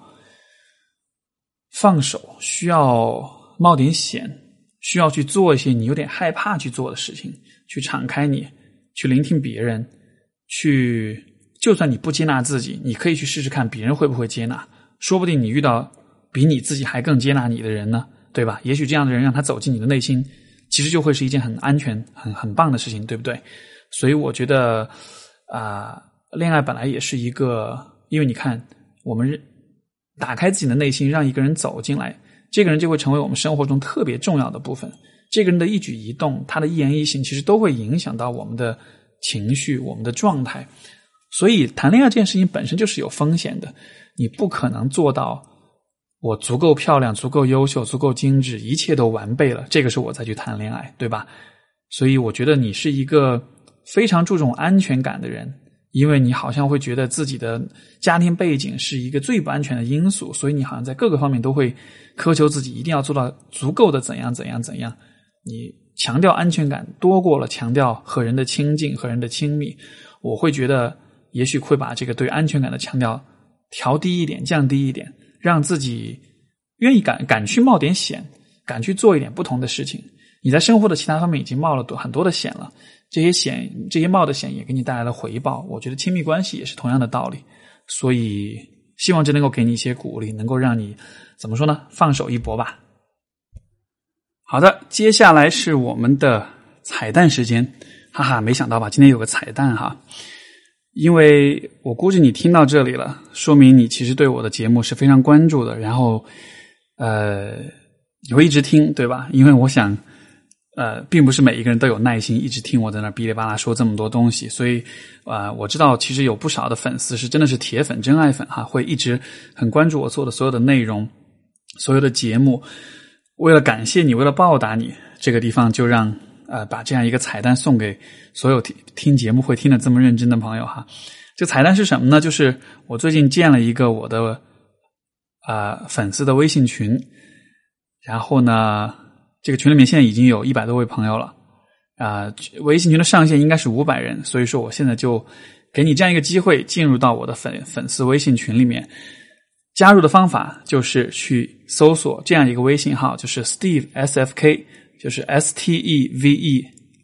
放手，需要冒点险，需要去做一些你有点害怕去做的事情，去敞开你，去聆听别人，去就算你不接纳自己，你可以去试试看别人会不会接纳，说不定你遇到比你自己还更接纳你的人呢，对吧？也许这样的人让他走进你的内心，其实就会是一件很安全很很棒的事情，对不对？所以我觉得啊、呃，恋爱本来也是一个，因为你看我们打开自己的内心，让一个人走进来，这个人就会成为我们生活中特别重要的部分，这个人的一举一动，他的一言一行其实都会影响到我们的情绪，我们的状态。所以谈恋爱这件事情本身就是有风险的，你不可能做到我足够漂亮，足够优秀，足够精致，一切都完备了，这个是我再去谈恋爱，对吧？所以我觉得你是一个非常注重安全感的人，因为你好像会觉得自己的家庭背景是一个最不安全的因素，所以你好像在各个方面都会苛求自己一定要做到足够的怎样怎样怎样，你强调安全感多过了强调和人的亲近和人的亲密。我会觉得也许会把这个对安全感的强调调低一点，降低一点，让自己愿意敢敢去冒点险，敢去做一点不同的事情。你在生活的其他方面已经冒了很多的险了，这些险这些冒的险也给你带来了回报，我觉得亲密关系也是同样的道理。所以希望这能够给你一些鼓励，能够让你怎么说呢，放手一搏吧。好的，接下来是我们的彩蛋时间，哈哈，没想到吧，今天有个彩蛋哈。因为我估计你听到这里了，说明你其实对我的节目是非常关注的，然后呃你会一直听，对吧？因为我想呃并不是每一个人都有耐心一直听我在那哔哩吧啦说这么多东西，所以呃我知道其实有不少的粉丝是真的是铁粉真爱粉哈，会一直很关注我做的所有的内容，所有的节目。为了感谢你，为了报答你，这个地方就让呃，把这样一个彩蛋送给所有听听节目会听得这么认真的朋友哈。这彩蛋是什么呢？就是我最近建了一个我的呃粉丝的微信群，然后呢，这个群里面现在已经有一百多位朋友了啊、呃，微信群的上限应该是五百人，所以说我现在就给你这样一个机会，进入到我的粉粉丝微信群里面。加入的方法就是去搜索这样一个微信号，就是 Steve S F K。就是 S T E V E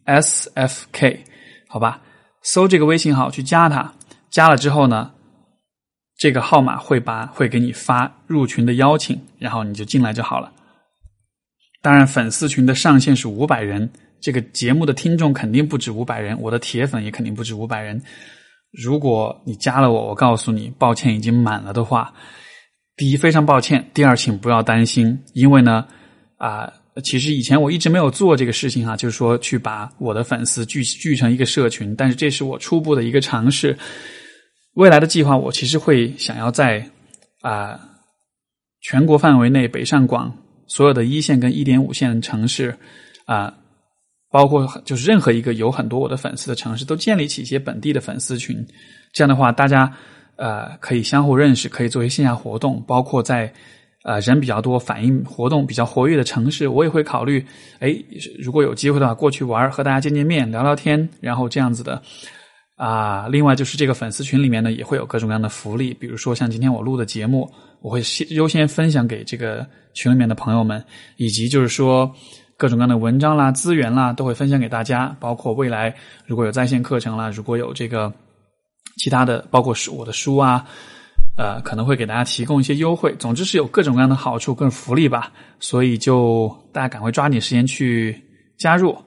S F K， 好吧，搜这个微信号去加它，加了之后呢，这个号码会把会给你发入群的邀请，然后你就进来就好了。当然粉丝群的上限是五百人，这个节目的听众肯定不止五百人，我的铁粉也肯定不止五百人。如果你加了我，我告诉你抱歉已经满了的话，第一非常抱歉，第二请不要担心，因为呢啊、呃其实以前我一直没有做这个事情哈，就是说去把我的粉丝聚聚成一个社群，但是这是我初步的一个尝试。未来的计划我其实会想要在啊、呃、全国范围内北上广所有的一线跟 一点五 线城市啊、呃，包括就是任何一个有很多我的粉丝的城市都建立起一些本地的粉丝群，这样的话大家呃可以相互认识，可以做一些线下活动，包括在呃，人比较多、反应活动比较活跃的城市，我也会考虑，诶，如果有机会的话，过去玩，和大家见见面、聊聊天，然后这样子的。啊、呃，另外就是这个粉丝群里面呢，也会有各种各样的福利，比如说像今天我录的节目，我会优先分享给这个群里面的朋友们，以及就是说各种各样的文章啦、资源啦，都会分享给大家，包括未来如果有在线课程啦，如果有这个其他的，包括我的书啊。呃，可能会给大家提供一些优惠，总之是有各种各样的好处跟福利吧，所以就大家赶快抓紧时间去加入。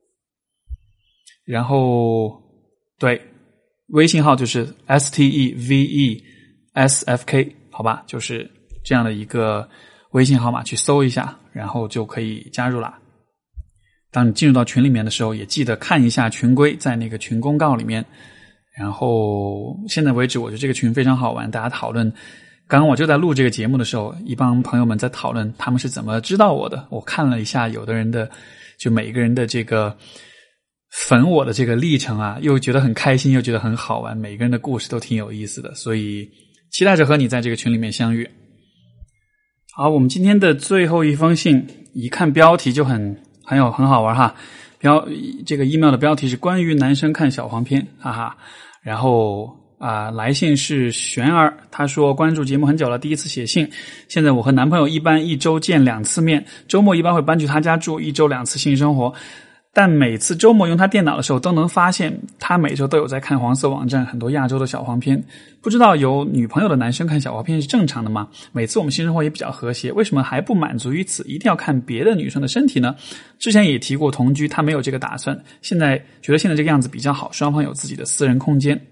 然后对，微信号就是 S T E V E S F K， 好吧，就是这样的一个微信号码，去搜一下，然后就可以加入啦。当你进入到群里面的时候，也记得看一下群规，在那个群公告里面。然后现在为止我觉得这个群非常好玩，大家讨论，刚刚我就在录这个节目的时候，一帮朋友们在讨论他们是怎么知道我的，我看了一下有的人的就每一个人的这个粉我的这个历程啊，又觉得很开心，又觉得很好玩，每个人的故事都挺有意思的，所以期待着和你在这个群里面相遇。好，我们今天的最后一封信，一看标题就很很有很好玩哈。标这个 email 的标题是关于男生看小黄片，哈哈。然后啊、呃，来信是玄儿，他说关注节目很久了，第一次写信。现在我和男朋友一般一周见两次面，周末一般会搬去他家住，一周两次性生活。但每次周末用他电脑的时候，都能发现他每周都有在看黄色网站很多亚洲的小黄片。不知道有女朋友的男生看小黄片是正常的吗？每次我们性生活也比较和谐，为什么还不满足于此，一定要看别的女生的身体呢？之前也提过同居，他没有这个打算，现在觉得现在这个样子比较好，双方有自己的私人空间。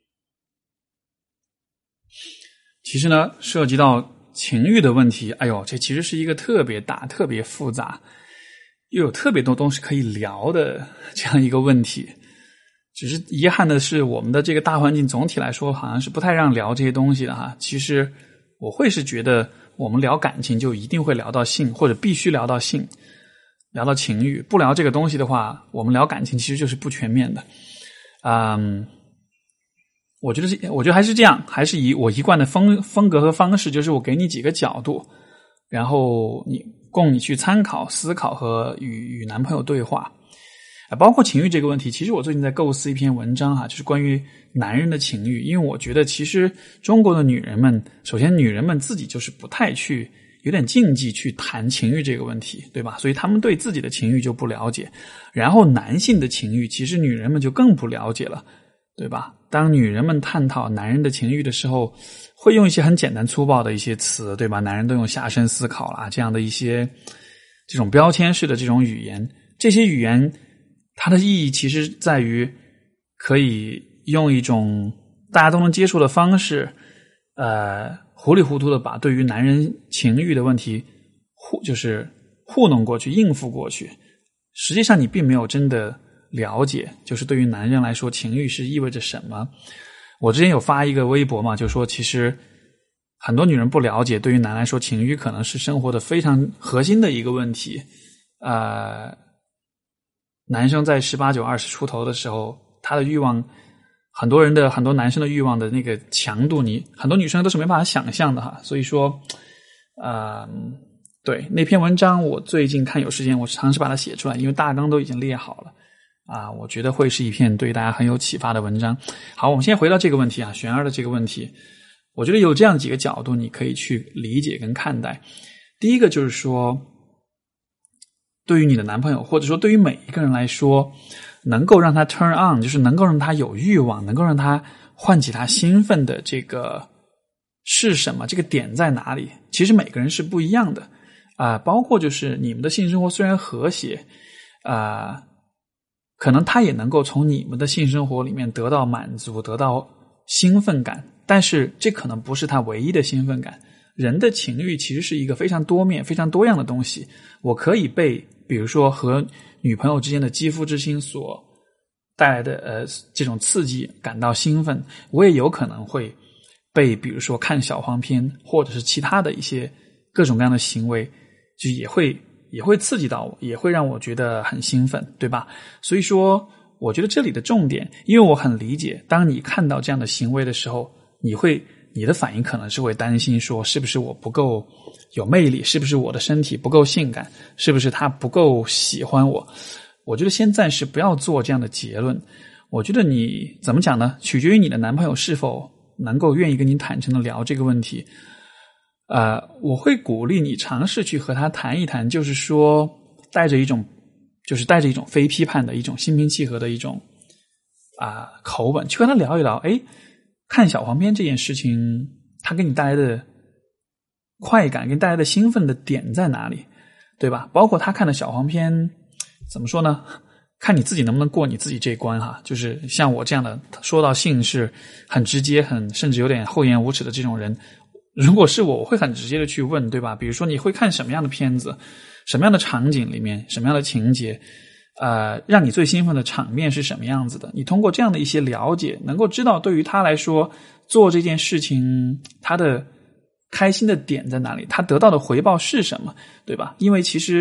其实呢，涉及到情欲的问题，哎呦，这其实是一个特别大、特别复杂，又有特别多东西可以聊的这样一个问题。只是遗憾的是，我们的这个大环境总体来说好像是不太让聊这些东西的哈。其实我会是觉得我们聊感情就一定会聊到性，或者必须聊到性，聊到情欲。不聊这个东西的话，我们聊感情其实就是不全面的。嗯，我觉得是，我觉得还是这样，还是以我一贯的风风格和方式，就是我给你几个角度，然后你供你去参考、思考和与与男朋友对话。啊，包括情欲这个问题，其实我最近在构思一篇文章哈，就是关于男人的情欲，因为我觉得其实中国的女人们，首先女人们自己就是不太去，有点禁忌去谈情欲这个问题，对吧？所以他们对自己的情欲就不了解，然后男性的情欲，其实女人们就更不了解了，对吧？当女人们探讨男人的情欲的时候，会用一些很简单粗暴的一些词，对吧？男人都用下身思考啦，这样的一些这种标签式的这种语言，这些语言它的意义其实在于可以用一种大家都能接受的方式，呃，糊里糊涂的把对于男人情欲的问题糊就是糊弄过去，应付过去。实际上你并没有真的了解，就是对于男人来说情欲是意味着什么。我之前有发一个微博嘛，就说其实很多女人不了解，对于男人来说情欲可能是生活的非常核心的一个问题。呃男生在十八九二十出头的时候，他的欲望，很多人的很多男生的欲望的那个强度，你很多女生都是没办法想象的哈。所以说，呃，对那篇文章，我最近看有时间，我尝试把它写出来，因为大纲都已经列好了啊，我觉得会是一篇对大家很有启发的文章。好，我们先回到这个问题啊，玄儿的这个问题，我觉得有这样几个角度你可以去理解跟看待。第一个就是说，对于你的男朋友，或者说对于每一个人来说，能够让他 turn on， 就是能够让他有欲望，能够让他唤起他兴奋的这个是什么？这个点在哪里？其实每个人是不一样的啊、呃，包括就是你们的性生活虽然和谐啊、呃，可能他也能够从你们的性生活里面得到满足，得到兴奋感，但是这可能不是他唯一的兴奋感。人的情欲其实是一个非常多面、非常多样的东西。我可以被比如说和女朋友之间的肌肤之亲所带来的呃这种刺激感到兴奋，我也有可能会被比如说看小黄片或者是其他的一些各种各样的行为，就也会也会刺激到我，也会让我觉得很兴奋，对吧？所以说我觉得这里的重点，因为我很理解，当你看到这样的行为的时候，你会你的反应可能是会担心说，是不是我不够有魅力，是不是我的身体不够性感，是不是他不够喜欢我。我觉得先暂时不要做这样的结论。我觉得你怎么讲呢，取决于你的男朋友是否能够愿意跟你坦诚的聊这个问题。呃，我会鼓励你尝试去和他谈一谈，就是说带着一种就是带着一种非批判的一种心平气和的一种啊、呃、口吻去和他聊一聊，诶，看小黄片这件事情它给你带来的快感，给你带来的兴奋的点在哪里，对吧？包括他看的小黄片怎么说呢，看你自己能不能过你自己这一关哈。就是像我这样的说到性是很直接很甚至有点厚颜无耻的这种人，如果是我我会很直接的去问，对吧？比如说你会看什么样的片子，什么样的场景里面，什么样的情节，呃，让你最兴奋的场面是什么样子的。你通过这样的一些了解，能够知道对于他来说做这件事情他的开心的点在哪里，他得到的回报是什么，对吧？因为其实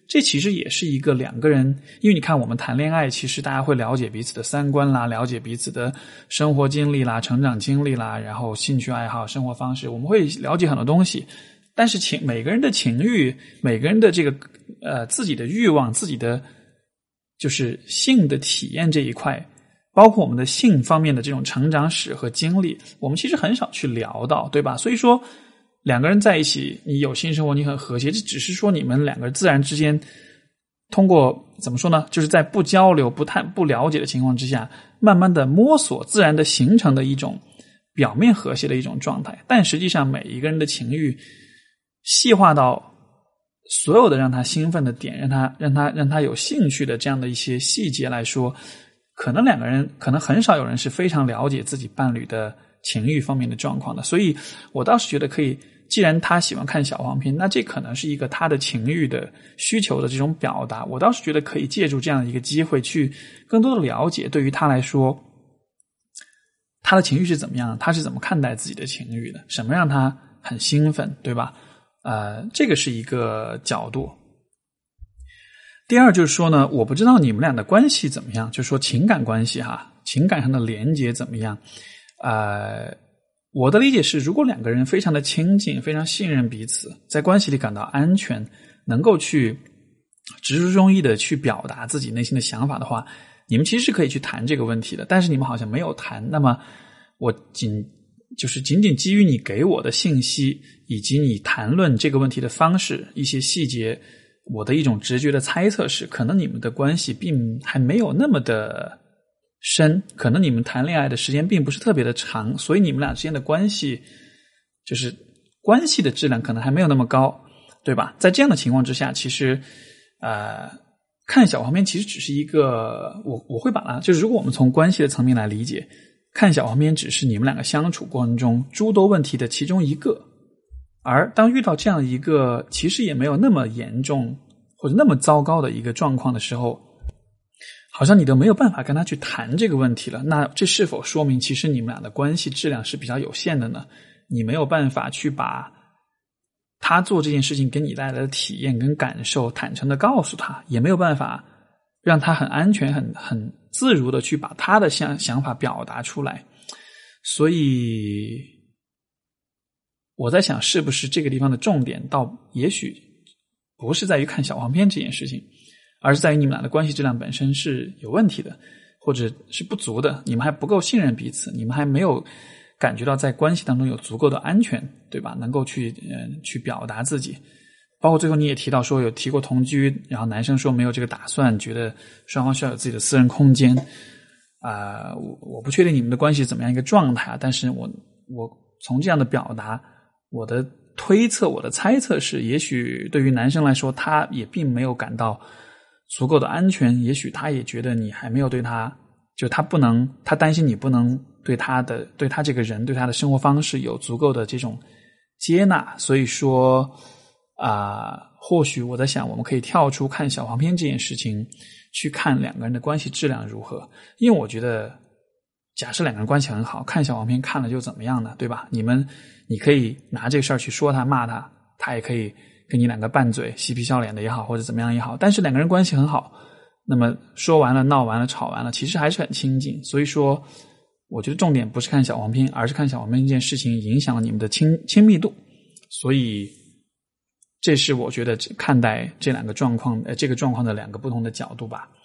这其实也是一个两个人，因为你看我们谈恋爱，其实大家会了解彼此的三观啦，了解彼此的生活经历啦，成长经历啦，然后兴趣爱好，生活方式，我们会了解很多东西。但是情每个人的情欲，每个人的这个呃自己的欲望，自己的就是性的体验这一块，包括我们的性方面的这种成长史和经历，我们其实很少去聊到，对吧？所以说两个人在一起，你有性生活，你很和谐，这只是说你们两个自然之间通过怎么说呢，就是在不交流不探不了解的情况之下，慢慢的摸索，自然的形成的一种表面和谐的一种状态。但实际上每一个人的情欲细化到所有的让他兴奋的点，让他让他让他有兴趣的这样的一些细节来说，可能两个人可能很少有人是非常了解自己伴侣的情欲方面的状况的。所以我倒是觉得可以，既然他喜欢看小黄片，那这可能是一个他的情欲的需求的这种表达，我倒是觉得可以借助这样的一个机会去更多的了解，对于他来说他的情欲是怎么样，他是怎么看待自己的情欲的，什么让他很兴奋，对吧？呃，这个是一个角度。第二就是说呢，我不知道你们俩的关系怎么样，就是说情感关系哈，情感上的连结怎么样。呃，我的理解是，如果两个人非常的亲近，非常信任彼此，在关系里感到安全，能够去直抒胸臆的去表达自己内心的想法的话，你们其实是可以去谈这个问题的。但是你们好像没有谈，那么我仅就是仅仅基于你给我的信息以及你谈论这个问题的方式一些细节，我的一种直觉的猜测是，可能你们的关系并还没有那么的深，可能你们谈恋爱的时间并不是特别的长，所以你们俩之间的关系就是关系的质量可能还没有那么高，对吧？在这样的情况之下，其实呃，看小黄片其实只是一个我我会把它，就是如果我们从关系的层面来理解，看小黄片只是你们两个相处过程中诸多问题的其中一个，而当遇到这样一个其实也没有那么严重或者那么糟糕的一个状况的时候，好像你都没有办法跟他去谈这个问题了，那这是否说明其实你们俩的关系质量是比较有限的呢？你没有办法去把他做这件事情给你带来的体验跟感受坦诚的告诉他，也没有办法让他很安全很很自如的去把他的想想法表达出来。所以我在想，是不是这个地方的重点倒也许不是在于看小黄片这件事情，而是在于你们俩的关系质量本身是有问题的，或者是不足的，你们还不够信任彼此，你们还没有感觉到在关系当中有足够的安全，对吧？能够去嗯去表达自己。包括最后你也提到说有提过同居，然后男生说没有这个打算，觉得双方需要有自己的私人空间。啊、呃，我我不确定你们的关系怎么样一个状态，但是我我从这样的表达，我的推测，我的猜测是，也许对于男生来说，他也并没有感到足够的安全，也许他也觉得你还没有对他，就他不能，他担心你不能对他的，对他这个人，对他的生活方式有足够的这种接纳，所以说啊、呃，或许我在想，我们可以跳出看小黄片这件事情，去看两个人的关系质量如何。因为我觉得，假设两个人关系很好，看小黄片看了就怎么样呢？对吧？你们，你可以拿这个事儿去说他、骂他，他也可以跟你两个拌嘴、嬉皮笑脸的也好，或者怎么样也好。但是两个人关系很好，那么说完了、闹完了、吵完了，其实还是很亲近。所以说，我觉得重点不是看小黄片，而是看小黄片这件事情影响了你们的亲亲密度。所以，这是我觉得看待这两个状况，呃，这个状况的两个不同的角度吧。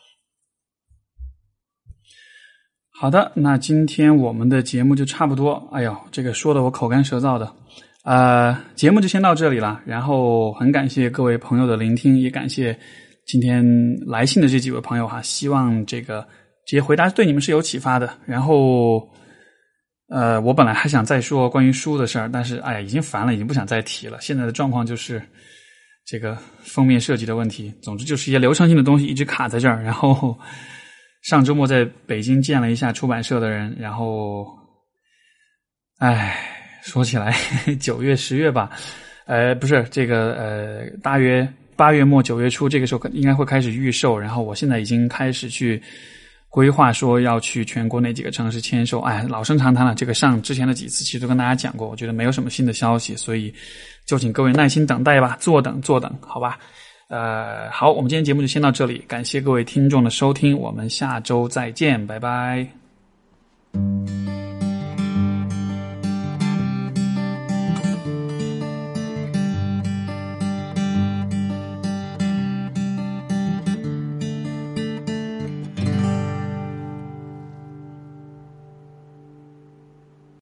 好的，那今天我们的节目就差不多。哎呦，这个说的我口干舌燥的。呃，节目就先到这里了。然后很感谢各位朋友的聆听，也感谢今天来信的这几位朋友哈。希望这个这些回答对你们是有启发的。然后，呃，我本来还想再说关于书的事儿，但是哎呀，已经烦了，已经不想再提了。现在的状况就是这个封面设计的问题，总之就是一些流程性的东西一直卡在这儿。然后上周末在北京见了一下出版社的人，然后，哎，说起来九月十月吧，呃，不是这个呃，大约八月末九月初这个时候应该会开始预售，然后我现在已经开始去规划说要去全国哪几个城市签售。哎，老生常谈了，这个上之前的几次其实都跟大家讲过，我觉得没有什么新的消息，所以就请各位耐心等待吧，坐等坐等，好吧。 呃，好，我们今天节目就先到这里，感谢各位听众的收听，我们下周再见，拜拜。